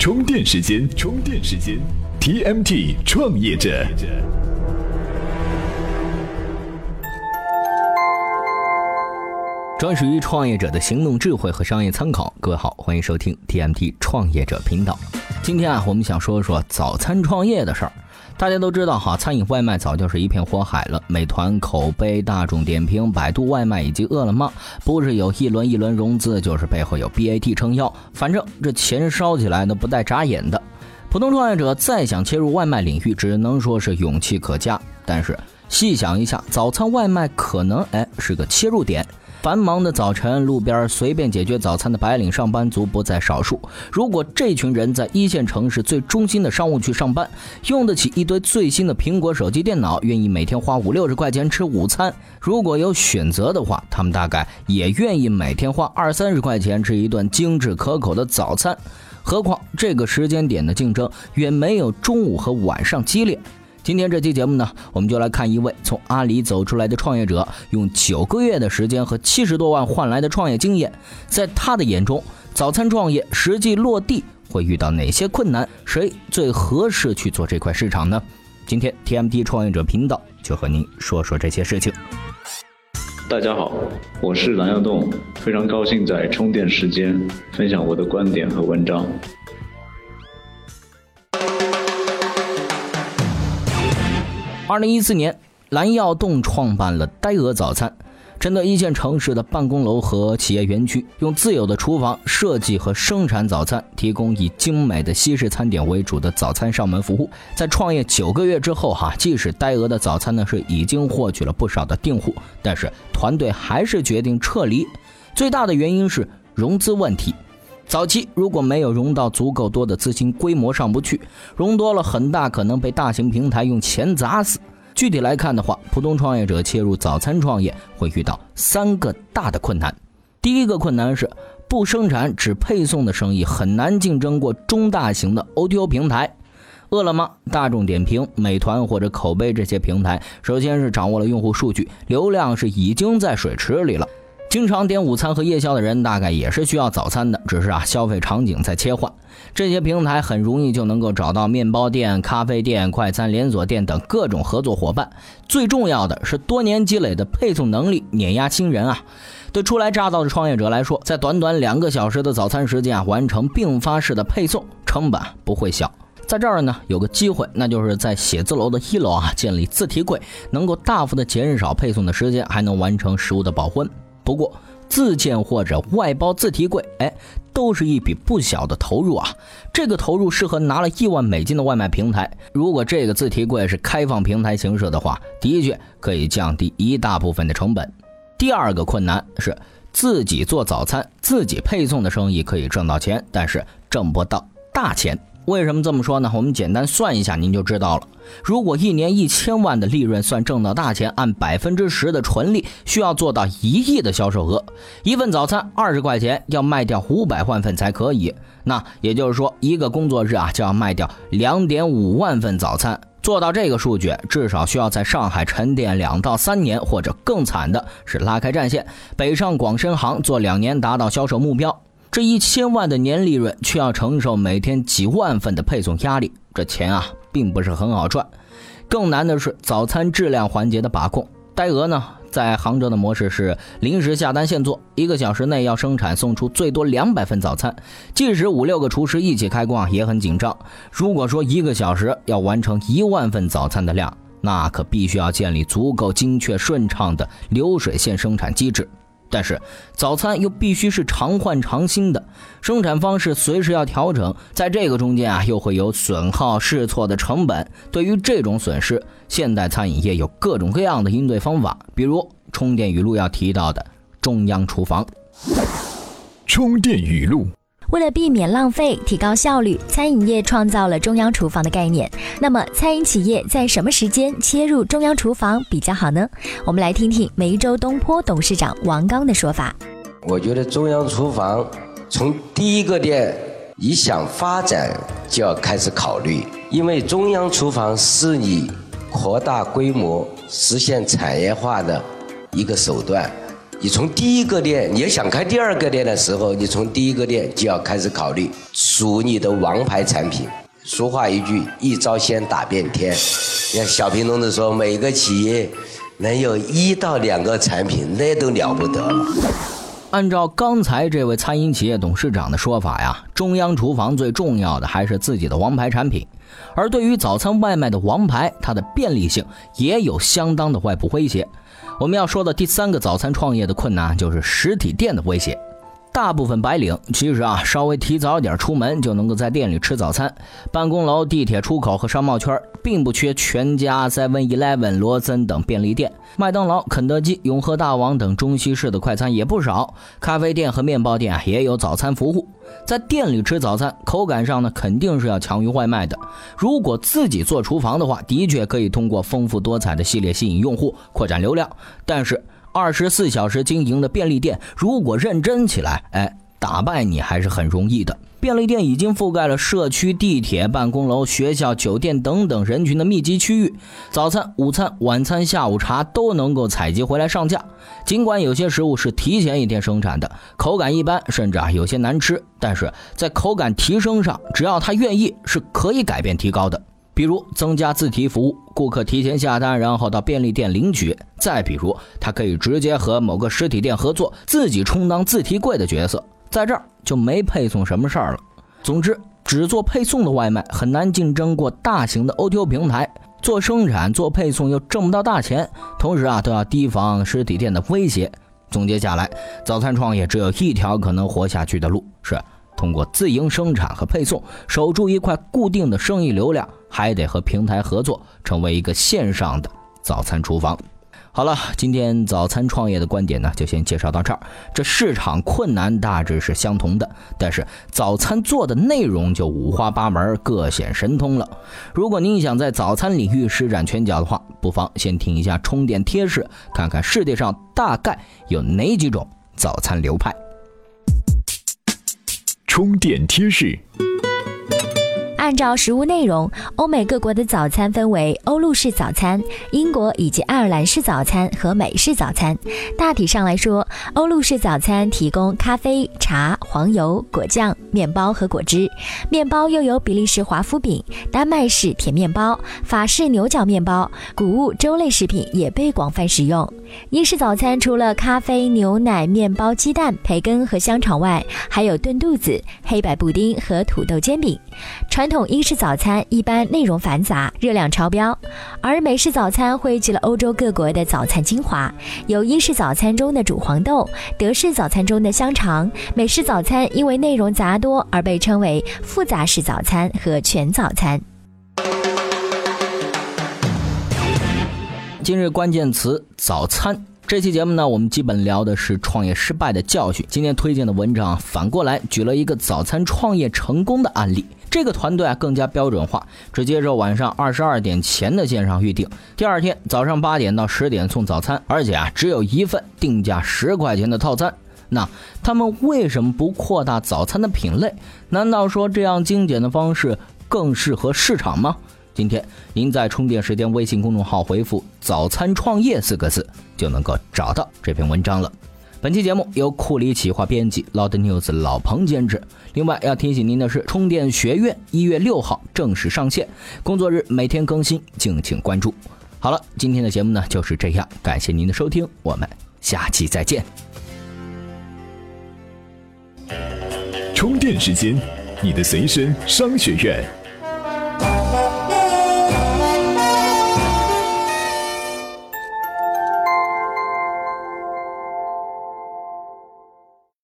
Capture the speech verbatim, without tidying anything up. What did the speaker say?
充电时间，充电时间 ，T M T 创业者。 专属于创业者的行动智慧和商业参考。各位好，欢迎收听 T M T 创业者频道。今天啊，我们想说说早餐创业的事儿。大家都知道哈，餐饮外卖早就是一片火海了。美团、口碑、大众点评、百度外卖以及饿了么，不是有一轮一轮融资，就是背后有 B A T 撑腰，反正这钱烧起来的不带眨眼的。普通创业者再想切入外卖领域，只能说是勇气可嘉。但是细想一下，早餐外卖可能哎是个切入点。繁忙的早晨，路边随便解决早餐的白领上班族不在少数。如果这群人在一线城市最中心的商务区上班，用得起一堆最新的苹果手机电脑，愿意每天花五六十块钱吃午餐，如果有选择的话，他们大概也愿意每天花二三十块钱吃一顿精致可口的早餐。何况这个时间点的竞争远没有中午和晚上激烈。今天这期节目呢，我们就来看一位从阿里走出来的创业者，用九个月的时间和七十多万换来的创业经验。在他的眼中，早餐创业实际落地会遇到哪些困难？谁最合适去做这块市场呢？今天 T M T 创业者频道就和您说说这些事情。 大家好，我是蓝耀栋，非常高兴在充电时间分享我的观点和文章。 二零一四年，蓝耀栋创办了呆鹅早餐，针对一线城市的办公楼和企业园区，用自有的厨房设计和生产早餐，提供以精美的西式餐点为主的早餐上门服务。在创业九个月之后哈，即使呆鹅的早餐呢是已经获取了不少的订户，但是团队还是决定撤离。最大的原因是融资问题。早期如果没有融到足够多的资金，规模上不去，融多了很大可能被大型平台用钱砸死。具体来看的话，普通创业者切入早餐创业会遇到三个大的困难。第一个困难是不生产只配送的生意很难竞争过中大型的 O T O 平台。饿了么、大众点评、美团或者口碑这些平台，首先是掌握了用户数据，流量是已经在水池里了。经常点午餐和夜宵的人大概也是需要早餐的，只是啊消费场景在切换。这些平台很容易就能够找到面包店、咖啡店、快餐连锁店等各种合作伙伴。最重要的是多年积累的配送能力碾压新人啊！对初来乍到的创业者来说，在短短两个小时的早餐时间啊，完成并发式的配送，成本不会小。在这儿呢有个机会，那就是在写字楼的一楼啊建立自提柜，能够大幅的减少配送的时间，还能完成食物的保温。不过自建或者外包自提柜，哎，都是一笔不小的投入啊。这个投入适合拿了一万美金的外卖平台。如果这个自提柜是开放平台形式的话，的确可以降低一大部分的成本。第二个困难是自己做早餐、自己配送的生意可以挣到钱，但是挣不到大钱。为什么这么说呢？我们简单算一下您就知道了。如果一年一千万的利润算挣到大钱，按百分之十的纯利，需要做到一亿的销售额。一份早餐二十块钱，要卖掉五百万份才可以。那也就是说，一个工作日啊就要卖掉两点五万份早餐。做到这个数据，至少需要在上海沉淀两到三年，或者更惨的是拉开战线，北上广深杭做两年达到销售目标。这一千万的年利润却要承受每天几万份的配送压力，这钱啊并不是很好赚。更难的是早餐质量环节的把控。呆鹅呢在杭州的模式是临时下单现做，一个小时内要生产送出最多两百份早餐，即使五六个厨师一起开工啊也很紧张。如果说一个小时要完成一万份早餐的量，那可必须要建立足够精确顺畅的流水线生产机制。但是早餐又必须是常换常新的，生产方式随时要调整，在这个中间啊又会有损耗试错的成本。对于这种损失，现代餐饮业有各种各样的应对方法，比如充电语录要提到的中央厨房。 充电语录。 为了避免浪费、提高效率，餐饮业创造了中央厨房的概念。那么餐饮企业在什么时间切入中央厨房比较好呢？我们来听听梅州东坡董事长王刚的说法。 我觉得中央厨房从第一个店你想发展就要开始考虑，因为中央厨房是你扩大规模、实现产业化的一个手段。你从第一个店，你要想开第二个店的时候，你从第一个店就要开始考虑属你的王牌产品。俗话一句，一招鲜打遍天。你看小平同志说，每个企业能有一到两个产品，那都了不得了。 按照刚才这位餐饮企业董事长的说法呀，中央厨房最重要的还是自己的王牌产品。而对于早餐外卖的王牌，它的便利性也有相当的外部威胁。我们要说的第三个早餐创业的困难就是实体店的威胁。大部分白领其实啊，稍微提早点出门就能够在店里吃早餐。办公楼、地铁出口和商贸圈并不缺全家、seven eleven、罗森等便利店，麦当劳、肯德基、永和大王等中西式的快餐也不少，咖啡店和面包店也有早餐服务。在店里吃早餐，口感上呢肯定是要强于外卖的。如果自己做厨房的话，的确可以通过丰富多彩的系列吸引用户，扩展流量。但是二十四小时经营的便利店，如果认真起来，哎，打败你还是很容易的。便利店已经覆盖了社区、地铁、办公楼、学校、酒店等等人群的密集区域，早餐、午餐、晚餐、下午茶都能够采集回来上架。尽管有些食物是提前一天生产的，口感一般，甚至啊有些难吃，但是在口感提升上，只要他愿意，是可以改变提高的。比如增加自提服务，顾客提前下单，然后到便利店领取。再比如他可以直接和某个实体店合作，自己充当自提柜的角色，在这儿就没配送什么事儿了。总之，只做配送的外卖很难竞争过大型的 O T O 平台，做生产做配送又挣不到大钱，同时啊都要提防实体店的威胁。总结下来，早餐创业只有一条可能活下去的路，是通过自营生产和配送，守住一块固定的生意流量，还得和平台合作，成为一个线上的早餐厨房。好了，今天早餐创业的观点呢，就先介绍到这儿。这市场困难大致是相同的，但是早餐做的内容就五花八门，各显神通了。如果您想在早餐领域施展拳脚的话，不妨先听一下充电贴士，看看世界上大概有哪几种早餐流派。 充电贴士。 按照食物内容，欧美各国的早餐分为欧陆式早餐、英国以及爱尔兰式早餐和美式早餐。大体上来说，欧陆式早餐提供咖啡、茶、黄油、果酱、面包和果汁。面包又有比利时华夫饼、丹麦式甜面包、法式牛角面包，谷物、粥类食品也被广泛使用。英式早餐除了咖啡、牛奶、面包、鸡蛋、培根和香肠外，还有炖肚子、黑白布丁和土豆煎饼。传统英式早餐一般内容繁杂，热量超标，而美式早餐汇聚了欧洲各国的早餐精华，有英式早餐中的煮黄豆，德式早餐中的香肠。美式早餐因为内容杂多而被称为复杂式早餐和全早餐。 今日关键词：早餐。这期节目呢，我们基本聊的是创业失败的教训。今天推荐的文章反过来举了一个早餐创业成功的案例。这个团队啊更加标准化，只接受晚上二十二点前的线上预订，第二天早上八点到十点送早餐，而且啊只有一份定价十块钱的套餐。那他们为什么不扩大早餐的品类？难道说这样精简的方式更适合市场吗？今天您在充电时间微信公众号回复早餐创业四个字就能够找到这篇文章了。本期节目由库里企划编辑 Loud News 老彭监制。另外要提醒您的是，充电学院一月六号正式上线，工作日每天更新，敬请关注。好了，今天的节目呢就是这样，感谢您的收听，我们下期再见。 充电时间，你的随身商学院。